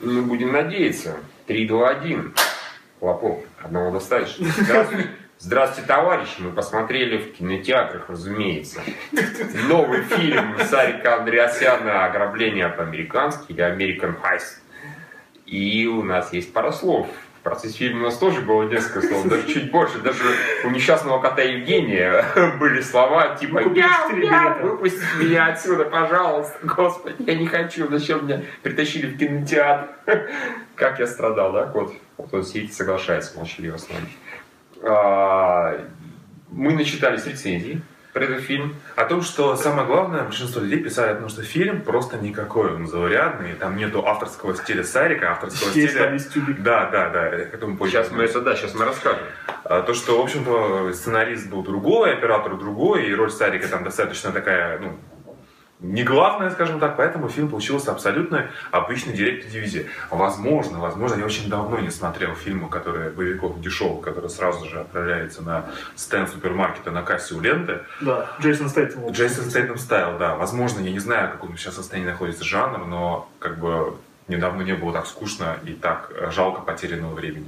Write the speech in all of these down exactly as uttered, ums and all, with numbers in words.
Мы будем надеяться. три, два, один. Лопов, одного достаточно. Здравствуйте. Здравствуйте, товарищи! Мы посмотрели в кинотеатрах, разумеется, новый фильм Сарика Андреасяна «Ограбление по-американски» или «American Heist». И у нас есть пара слов. В процессе фильма у нас тоже было несколько слов, даже чуть больше. Даже у несчастного кота Евгения были слова типа «Мяу, мяу, выпустите меня отсюда, пожалуйста, господи, я не хочу, зачем меня притащили в кинотеатр». Как я страдал, да, кот? Вот он сидит и соглашается молчаливо с нами. Мы начитались рецензий про этот фильм. О том, что самое главное, большинство людей писали о том, что фильм просто никакой, он заурядный, там нету авторского стиля Сарика, авторского Есть стиля... Тюбик. Да, да, да, к этому позже. Сейчас мы это, да, сейчас мы расскажем. То, что, в общем-то, сценарист был другой, оператор другой, и роль Сарика там достаточно такая, ну, не главное, скажем так, поэтому фильм получился абсолютно обычный директ-дивизия. Возможно, возможно, я очень давно не смотрел фильмы, которые боевиков дешевых, которые сразу же отправляются на стенд супермаркета на кассе у ленты. Да, Джейсон Стейтем. Джейсон Стейтем стайл, да. Возможно, я не знаю, в каком сейчас состоянии находится жанр, но как бы недавно не было так скучно и так жалко потерянного времени.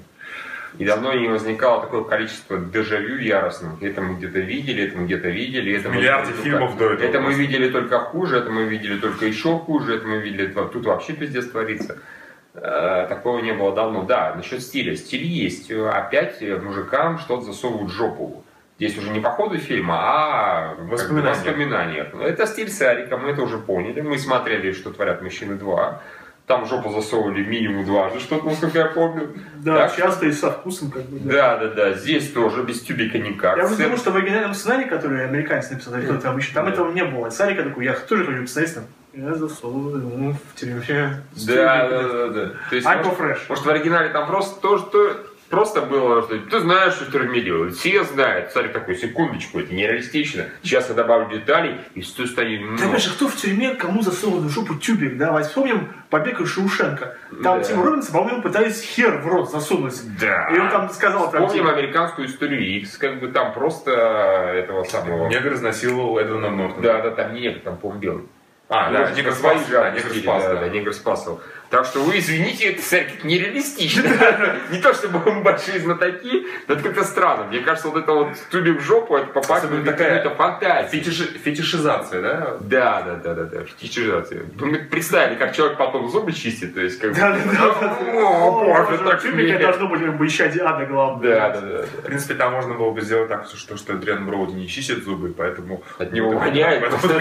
И давно не возникало такое количество дежавю яростных. Это мы где-то видели, это мы где-то видели. Это миллиарды фильмов только... до этого. Это мы видели только хуже, это мы видели только еще хуже, это мы видели... Тут вообще пиздец творится. Такого не было давно. Да, насчет стиля. Стиль есть. Опять мужикам что-то засовывают в жопу. Здесь уже не по ходу фильма, а в воспоминаниях. воспоминаниях. Это стиль Сарика, мы это уже поняли. Мы смотрели «Что творят мужчины два». Там жопу засовывали минимум дважды, что-то, насколько я помню. Да, так, часто и со вкусом, как бы. Да, да, да. Здесь тоже без тюбика никак. Я думаю, что в оригинальном сценарии, который американец написал, или кто-то обычно, там этого не было. Сарика такой, я тоже хочу посмотреть, там, я засовываю ну, в тюрьме. Да, да, да, да. То есть, может, может, может, в оригинале там просто тоже то, просто было, что ты знаешь, что в тюрьме делают. Все знают. Сарик такой, секундочку, это нереалистично. Сейчас я добавлю деталей, и все станет... Ну... Ты понимаешь, кто в тюрьме, кому засовывают в жопу тюбик, да? Вот вспомним «Побег из Шоушенка». Там да. Тима Робинса, по-моему, пытались хер в рот засунуть. Да. И он там сказал... Там, Помним типа... американскую историю Икс, как бы там просто этого самого... Негр изнасиловал Эдвана Нортона. Да, да, там не негр, там по-моему А, ну, да, негр спас, да, негр негр спас, да, да. да, негр спасал. Так что вы извините, это, Сарик, нереалистично. Не то, чтобы мы большие знатоки, но это как-то странно. Мне кажется, вот это вот тюбик в жопу, это попасть в какую-то фантазию. Фетишизация, да? Да, да, да, да, да, фетишизация. Мы представили, как человек потом зубы чистит, то есть как бы... Да, да, да. О, боже, так тюбик должно быть как бы исчадие ада главное. Да, да, да. В принципе, там можно было бы сделать так, что, что Эдриан Броуди не чистит зубы, поэтому... От него воняет.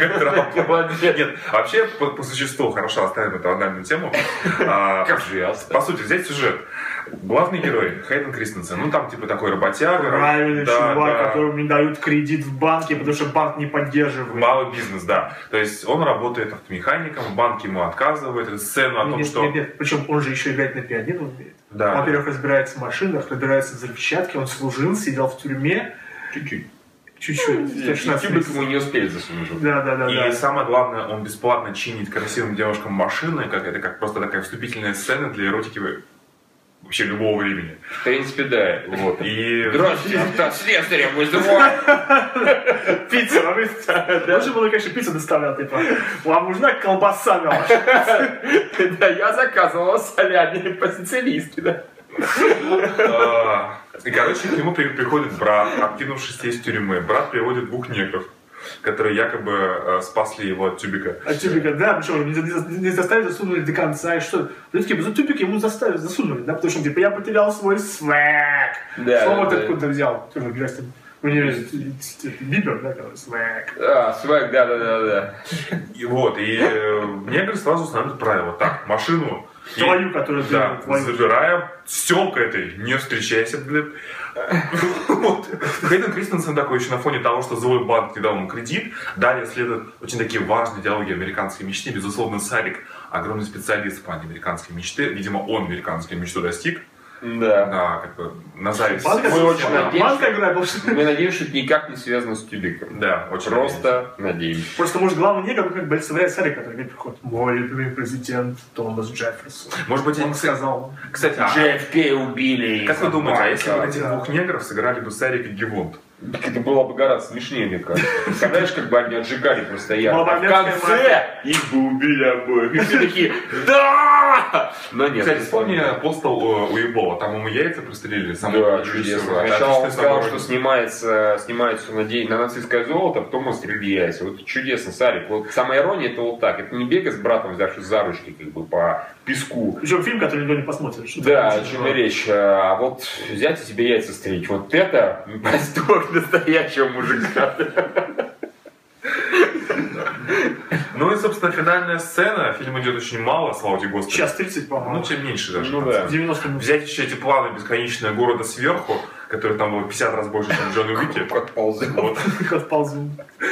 Нет, вообще, по, по существу, хорошо, оставим эту анальную тему. А, по сути, взять сюжет. Главный герой, Хейден Кристенсен, ну там типа такой работяга. Правильный да, чувак, да. которому не дают кредит в банке, потому что банк не поддерживает. Малый бизнес, да. То есть он работает автомехаником, банк ему отказывает, это сцену о том, нет, что... Нет, нет, причем он же еще играть на пианино умеет. Да. Он, во-первых, разбирается в машинах, разбирается в взрывчатке, он служил, сидел в тюрьме. Чуть-чуть. Чуть-чуть. Тюбик ему не успели засунуть. Да, да, да. И да. самое главное, он бесплатно чинит красивым девушкам машины, как это как просто такая вступительная сцена для эротики вообще любого времени. В принципе, да. Вот. И... Здравствуйте, автослесаря вызываю. Пицца, лучше было, конечно, пиццу доставлял, типа, вам нужна колбаса на вашу пиццу? Да, я заказывал солями по-сицилийски, да. И, короче, к нему приходит брат, откинувшийся из тюрьмы. Брат приводит двух негров, которые якобы э, спасли его от тюбика. От тюбика, да, причем не, не, не заставили, засунули до конца, и что? Люди такие, за тюбик ему заставили, засунули, да, потому что, типа, я потерял свой свэг. Да, Слово да, ты да. откуда взял? Тоже, Джастин, Бибер, да, который, свэг. А, свэг, да, да, да, да. И вот, и э, негры сразу устанавливают правило. Так, машину... Твою, которую ты... Да, твою. забираем. С тёлкой этой не встречайся, блин. Вот. Хейден Кристенсен такой еще на фоне того, что злой банк не дал ему кредит. Далее следуют очень такие важные диалоги американской мечты. Безусловно, Сарик огромный специалист в плане американской мечты. Видимо, он американскую мечту достиг. Да. Да, как бы на зависть. Банка, Мы очень банка надеемся, играет, мы надеемся, что это никак не связано с тюбиком. Да, очень Просто надеемся. Просто, может, главный негр как бы олицетворяет Сарик, который говорит, приходит, мой любимый президент Томас Джефферсон. Может быть, Он они сказал. Кстати, а джей эф кей убили. как вы думаете, а если бы да, этих да. двух негров сыграли бы Сарик и Гевонт? Это было бы гораздо смешнее, мне кажется. Представляешь, как бы они отжигали просто я. А в Молодецкая конце их бы убили обоих. И все такие, да! Но нет. Кстати, вспомни «Апостол» у Ебова. Там ему яйца прострелили. Да, чудесно. Сначала он сказал, что снимается, снимается на, день, на нацистское золото, а потом он стрелили яйца. Вот чудесно, Сарик. Вот самая ирония, это вот так. Это не бега с братом, взявшись за ручки, как бы по песку. Причем фильм, который никто не посмотрит. Да, о чем и речь. А вот взять и себе яйца стрелить. Вот это простор настоящего мужика. Ну и, собственно, финальная сцена. Фильм идет очень мало, слава тебе Господи. Сейчас тридцать, по-моему. Ну, чем меньше даже. Ну да. девяносто минут. Взять еще эти планы бесконечные города сверху, которые там было пятьдесят раз больше, чем Джон Уики. Как ползет. Вот. Как ползу.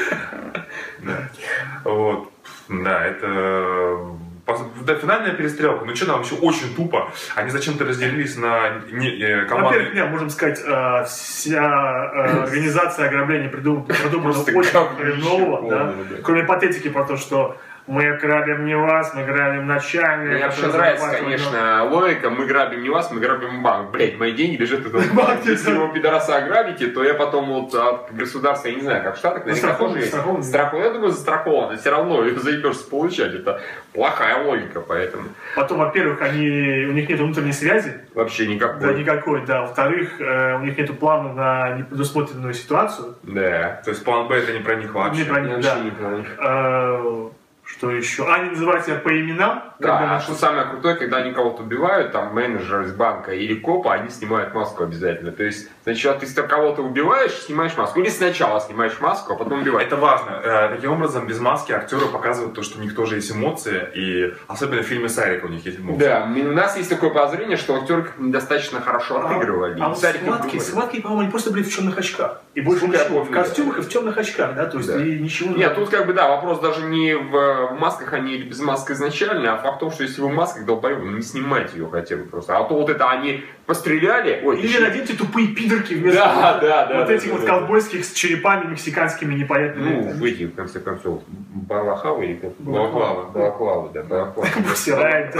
Да. Вот. Да, это... Да, финальная перестрелка. Ну что, там вообще очень тупо. Они зачем-то разделились на не, э, команды. Во-первых, нет, можем сказать, э, вся э, организация ограбления придумана, придумана Просто очень говнище хреново, полное, да? да. Кроме патетики про то, что мы грабим не вас, мы грабим начальника. Мне вообще нравится, конечно, логика. Мы грабим не вас, мы грабим банк. Блять, мои деньги лежат в этом банке. Если вы пидораса ограбите, то я потом вот от государства, я не знаю, как в Штатах, наверняка тоже есть. Страхован. Я думаю, застрахован. Все равно ее заебешься получать. Это плохая логика, поэтому. Потом, во-первых, они, у них нет внутренней связи. Вообще никакой. Да, никакой, да. Во-вторых, э, у них нет плана на непредусмотренную ситуацию. Да. То есть план Б это не про них вообще. Не про них, Вообще да. не про них. Э, Что еще? Они называют себя по именам. Да, а наши... что самое крутое, когда они кого-то убивают, там менеджер из банка или копа, они снимают маску обязательно. То есть сначала ты кого-то убиваешь, снимаешь маску. Или сначала снимаешь маску, а потом убиваешь. Это важно. Э, Таким образом, без маски актеры показывают то, что у них тоже есть эмоции. И особенно в фильме Сарика у них есть эмоции. Да, у нас есть такое подозрение, что актеры недостаточно хорошо отыгрывали. А, а вот схватки, схватки, по-моему, они просто были в темных очках. И больше Ну, ничего. я В костюмах и в темных очках, да? То есть Да. и ничего. Нет, тут как бы да, вопрос даже не в, в масках они или без маски изначально, а факт в том, что если вы в масках долбоёбы, ну не снимайте ее хотя бы просто. А то вот это они постреляли. Ой, Или точнее... наденьте тупые пидорки вместо Да, да, да, вот да, этих да, вот да, ковбойских с черепами мексиканскими непонятными. Ну, в эти, в конце концов, балахавы или как? Балаклавы. Балаклавы, да, балаклавы. Бокси Райт,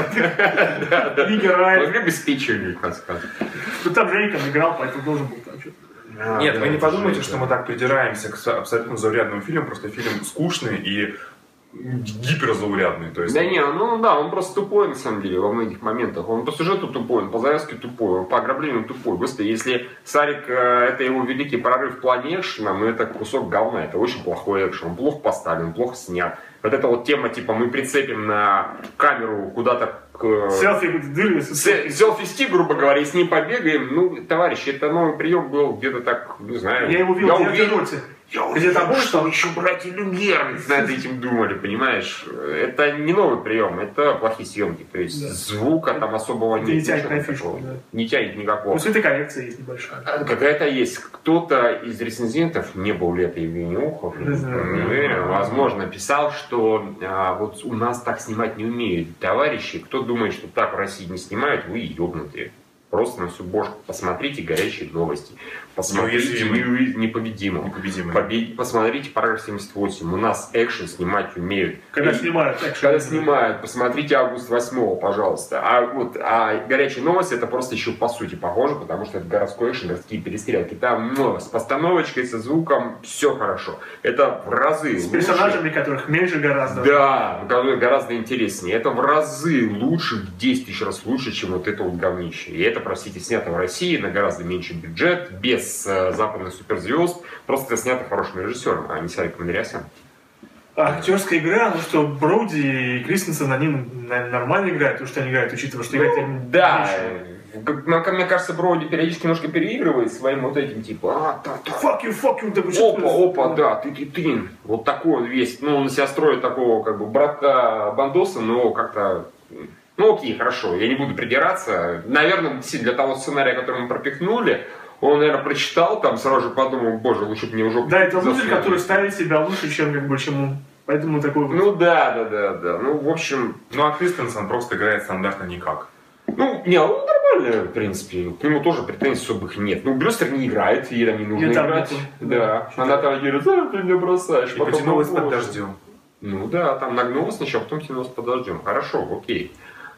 Лига Райт. Могли бы спичь что-нибудь, в конце концов. Ну там Женька играл, поэтому должен был там что-то. Нет, да, вы не это подумайте, же, что да. мы так придираемся к с- абсолютно заурядному фильму, просто фильм скучный и гиперзаурядный. То есть... Да не, ну да, он просто тупой на самом деле во многих моментах. Он по сюжету тупой, он по завязке тупой, он по ограблению тупой. Господи, если Сарик, э, это его великий прорыв в плане экшена, ну это кусок говна, это очень плохой экшен. Он плохо поставлен, плохо снят. Вот эта вот тема, типа, мы прицепим на камеру куда-то к... Селфи дыры. Се- Селфи-стик, грубо говоря, и с ним побегаем. Ну, товарищи, это новый прием был где-то так, не знаю. Я его видел в уверен, вертолете. я Где уверен, там что еще братья Люмьер над этим думали, понимаешь? Это не новый прием, это плохие съемки. То есть Да. звука там особого Это нет. не тянет ничего на фишку, такого. да. Не тянет никакого. Ну, светокоррекция есть небольшая. А, Какая-то есть. Кто-то из рецензентов, не был ли это Евгений Ухов, Не знаю. не уверен, возможно, писал, что а, вот у нас так снимать не умеют товарищи. Кто думает, что так в России не снимают, вы ебнутые. Просто на всю бошку. Посмотрите горячие новости. Посмотрите Неуязвимый. неуи- непобедимым. Непобедимый. Побе- Посмотрите параграф семьдесят восемь. У нас экшен снимать умеют. Когда И- снимают экшен. когда снимают, посмотрите август восьмого, пожалуйста. А вот а горячие новости это просто еще по сути похоже, потому что это городской экшен, городские перестрелки. Там ну, с постановочкой, со звуком, все хорошо. Это в разы С лучше. персонажами, которых меньше гораздо. Да, которые гораздо интереснее. Это в разы лучше, в десять тысяч раз лучше, чем вот это вот говнище. И это, простите, снято в России на гораздо меньший бюджет, без э, западных суперзвезд. Просто это снято хорошим режиссером, а не Сариком Андреасяном. А актерская игра, ну что, Броуди и Кристенсен, они наверное, нормально играют, то, что они играют, учитывая, что играть им Да, меньше. как- ну, мне кажется, Броуди периодически немножко переигрывает своим вот этим, типа, а, та, та, Fuck you, fuck you, да вы что? опа, опа, да, ты, ты, ты. Вот такой он весь. Ну, он из себя строит такого, как бы, братка Бандоса, но как-то... Ну, окей, хорошо, я не буду придираться. Наверное, действительно, для того сценария, который мы пропихнули, он, наверное, прочитал, там сразу же подумал, боже, лучше бы мне уже... Да, это лузер, который ставит себя лучше, чем как бы, чем он. Поэтому такой вот. Ну, да, да, да, да. Ну, в общем... Ну а Кристенсен просто играет стандартно никак. Ну, не, он нормально, в принципе. К нему тоже претензий особых нет. Ну, Брюстер не играет, ей там не нужно И там играть. нету. Да. Да. Она там говорит, а, ты меня бросаешь. И потом потянулась под попозже. дождем. Ну да, там нагнулась сначала, потом тянулась под дождем. Хорошо, окей.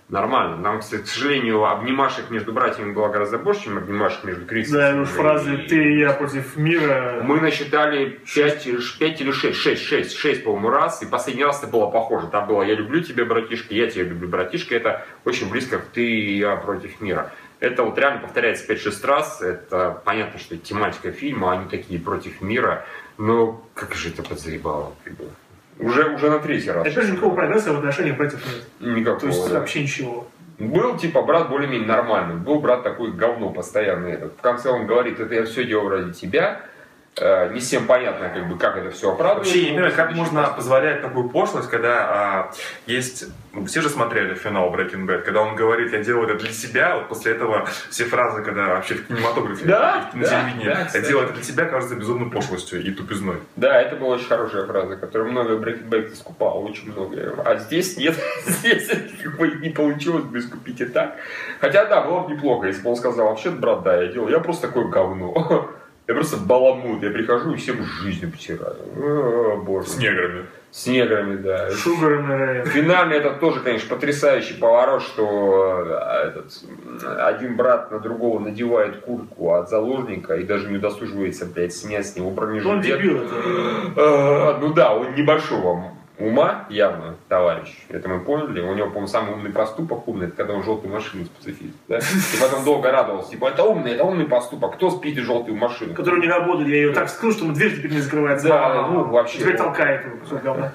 нормально. Нам, к сожалению, обнимашек между братьями было гораздо больше, чем обнимашек между Крисом. Да, уж фразы «ты и я против мира». Мы насчитали пять или шесть, шесть, шесть, шесть, по-моему, раз, и последний раз это было похоже. Там было «я люблю тебя, братишка», «я тебя люблю, братишка». Это очень близко к «ты и я против мира». Это вот реально повторяется пять-шесть раз. Это понятно, что это тематика фильма, они такие против мира. Но как же это подзаебало. Уже, уже на третий раз. Опять же, никакого прогресса в отношениях братьев нет. Никакого. То есть да. вообще ничего. Был типа брат более-менее нормальный. Был брат такой говно постоянно. Этот. В конце он говорит, это я все делал ради тебя. Не всем понятно, как бы, как это все оправдывается. Вообще, я не понимаю, как можно позволять такую пошлость, когда а, есть... Все же смотрели финал Breaking Bad, когда он говорит, я делаю это для себя, вот после этого все фразы, когда вообще в кинематографе, да, на да, телевидении, да, я делаю это для себя, кажется безумной пошлостью и тупизной. Да, это была очень хорошая фраза, которую много Breaking Bad искупал, очень много. А здесь нет, здесь как бы не получилось бы искупить и так. Хотя да, было бы неплохо, если бы он сказал, вообще, брат, да, я делал, я просто такое говно. Я просто баламут, я прихожу и всем жизнь потираю. О, боже. С неграми. С неграми, да. Шугарами. Финально это тоже, конечно, потрясающий поворот, что этот, один брат на другого надевает куртку от заложника и даже не удосуживается, блядь, снять с него бронежилет. Он дебил это. А, ну да, он небольшого ума, явно, товарищ. Это мы поняли. У него, по-моему, самый умный поступок умный, это когда он желтую машину специфист. Да? И потом долго радовался. Типа, это умный, это умный поступок. Кто спит желтую машину? Которая не работает. Я ее так вскрыл, что дверь теперь не закрывается. Да, ну вообще. Теперь толкает его кусок говна.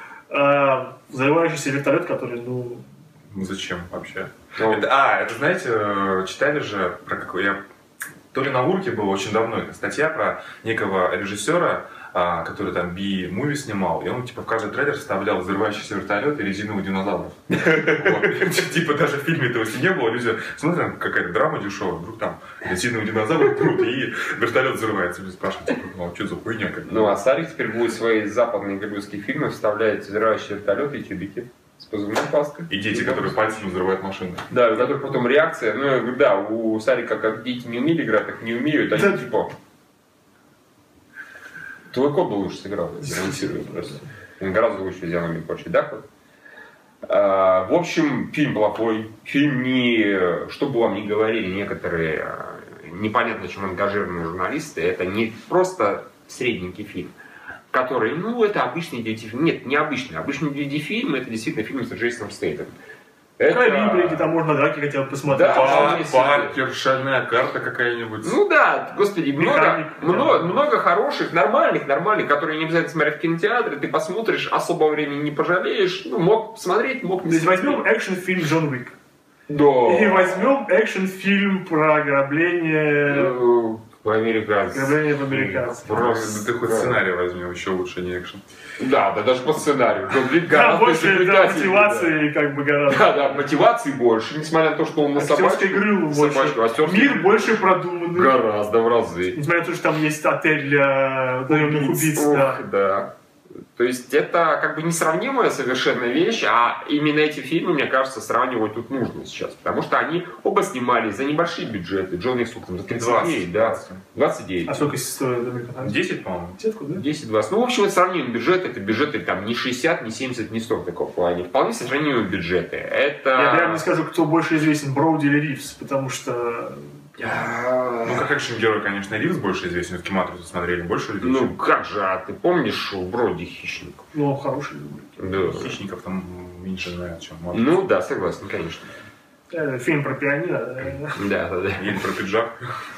А, взрывающийся вертолет, который, ну... Ну зачем вообще? Ну, это, а, это, знаете, читали же про какой... Я... То ли на Урке было очень давно эта статья про некого режиссера, а, который там би-муви снимал, и он типа в каждый трейлер вставлял взрывающийся вертолет и резиновых динозавров. Типа даже в фильме этого если не было, люди смотрят, какая-то драма дешевая, вдруг там резиновые динозавры прут, и вертолет взрывается. Люди спрашивают, типа, ну а что за хуйня? Ну а Сарик теперь будет свои западные голливудские фильмы вставлять взрывающие вертолеты и тюбики с позывной паской. И дети, которые пальцем взрывают машины. Да, у которых потом реакция, ну я говорю, да, у Сарика как дети не умели играть, так не умеют, они Да. типа... Твой кот бы лучше сыграл, я гарантирую просто. Он гораздо лучше физиономии хочет, да, кот? А, в общем, фильм плохой. Фильм не... Что бы вам ни говорили некоторые непонятно чем ангажированные журналисты, это не просто средненький фильм, который, ну, это обычный ди ви ди-фильм. Нет, не обычный. Обычный ди ви ди-фильм, это действительно фильм с Джейсоном Стейтом. Это... Калибри, где там можно драки хотя бы посмотреть. Да. Паркер, шальная карта какая-нибудь. Ну да, господи, много, Механик, много, да. много хороших, нормальных, нормальных, которые не обязательно смотреть в кинотеатре, ты посмотришь, особо времени не пожалеешь, ну, мог посмотреть, мог не Здесь смотреть. возьмем экшн-фильм Джон Уик. Да. И возьмем экшн-фильм про ограбление... Американцы. Ограбление в американцев. Просто. Да ты хоть сценарий возьми, еще лучше, не экшен. Да, да, даже по сценарию. Джон Уик Там гораздо больше да, изобретательнее, мотивации как бы гораздо. Да, да, мотивации больше, несмотря на то, что он на Актерской собачку. игры больше. собачку, актерской Мир игры больше продуманный. Гораздо в разы. Несмотря на то, что там есть отель для наемных убийц. Ох, Да. да. То есть это как бы несравнимая совершенно вещь, а именно эти фильмы, мне кажется, сравнивать тут нужно сейчас. Потому что они оба снимались за небольшие бюджеты. Джон Уик, сколько там, за тридцать девять, да? двадцать девять. А сколько стоит американцы? десять, по-моему. Десятку, да? десять-двадцать. Ну, в общем, это сравнимый бюджет. Это бюджеты там не шестьдесят, не семьдесят, не сто в таком плане. Вполне сравнимые бюджеты. Это... Я прямо не скажу, кто больше известен, Броуди или Ривз, потому что... Ну, как экшен-герой, конечно, Ривз больше известен. Все-таки «Матрицу» смотрели больше людей. Ну, как же, а ты помнишь вроде «Хищник»? Ну, он хороший. Да. Хищников там меньше знают, чем «Матрицу». Ну, да, согласен, конечно. Э, Фильм про пианино. да. Да, да, да. Или про пиджак.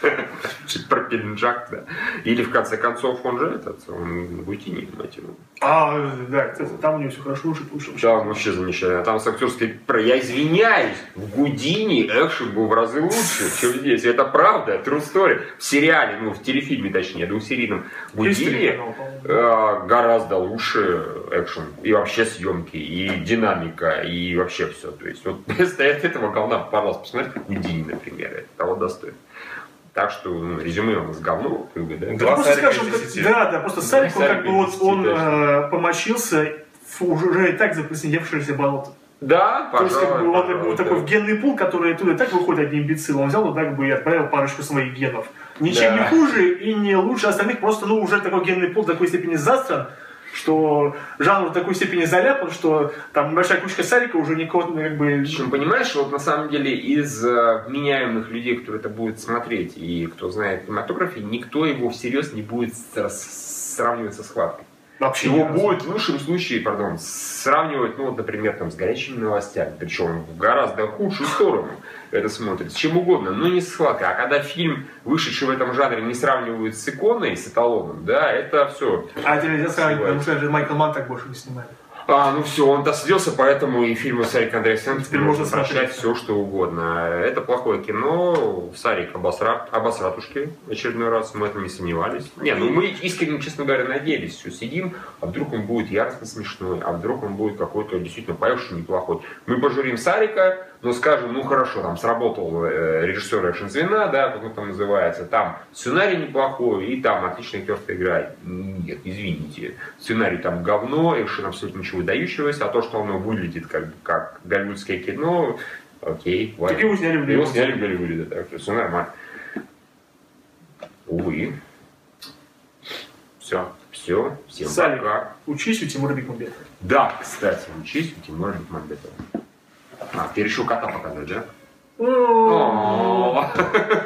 Чуть про пиджак, да. Или, в конце концов, он же этот, он Гутини, мать его. А, да, кстати, там у него все хорошо, лучше получилось. Да, он вообще замечательно. А там с актерской... про- Я извиняюсь, в Гудини экшен был в разы лучше, чем здесь. Это правда, true story. В сериале, ну, в телефильме, точнее, двухсерийном Гудини канал, по-моему. э, гораздо лучше экшен. И вообще съемки, и динамика, и вообще все. То есть, вот вместо этого говна, пожалуйста, посмотрите Гудини, например. Это того достоин. Так что, ну, резюме у нас говно, как бы, да? Да, Два просто Сарика скажем, из как- десяти. да, да, просто Сарик, он Сарик как бы из вот, десяти, он точно. э, помочился в уже и так заплесневевшееся болото. Да, То есть, как бы, пожалуй, он пожалуй, такой, да. такой в генный пул, который оттуда и так выходит один имбецил, он взял вот так бы и отправил парочку своих генов. Ничем Да. не хуже и не лучше остальных, просто, ну, уже такой генный пул до такой степени застран, что жанр в такой степени заляпан, что там большая кучка Сарика уже никого, ну, как бы... Причем, понимаешь, вот на самом деле из э, вменяемых людей, которые это будут смотреть и кто знает кинематографии, никто его всерьез не будет с- сравнивать со «Схваткой». Вообще Его ни разу. будет в лучшем случае, пардон, сравнивать, ну, вот, например, там, с горячими новостями, причем в гораздо худшую сторону это смотрит, с чем угодно, но не с «Схваткой». А когда фильм, вышедший в этом жанре, не сравнивают с иконой, с эталоном, да, это все. А это нельзя сравнивать, потому что даже Майкл Манн так больше не снимает. А, ну все, он дослился, поэтому и фильмы Сарика Андреасяна Теперь можно можно прощать смотреть. все, что угодно. Это плохое кино, Сарик обосрат, обосратушки в очередной раз, мы это не сомневались. Не, ну мы искренне, честно говоря, надеялись, все сидим, а вдруг он будет яростно смешной, а вдруг он будет какой-то действительно поющий неплохой. Мы пожурим Сарика, но скажем, ну хорошо, там сработал э, режиссер экшн-звена, да, как он там называется, там сценарий неплохой, и там отличная актерская игра. Нет, извините, сценарий там говно, экшен абсолютно ничего выдающегося, а то, что оно выглядит как, как голливудское кино, окей, ладно. Так его сняли в Его Голливуде. сняли в Голливуде, да, так что все нормально. Увы. Все, все, всем Сарик, пока. учись у Тимура Бекмамбетова. Да, кстати, учись у Тимура Бекмамбетова. А, теперь еще кота показать, да? О, О,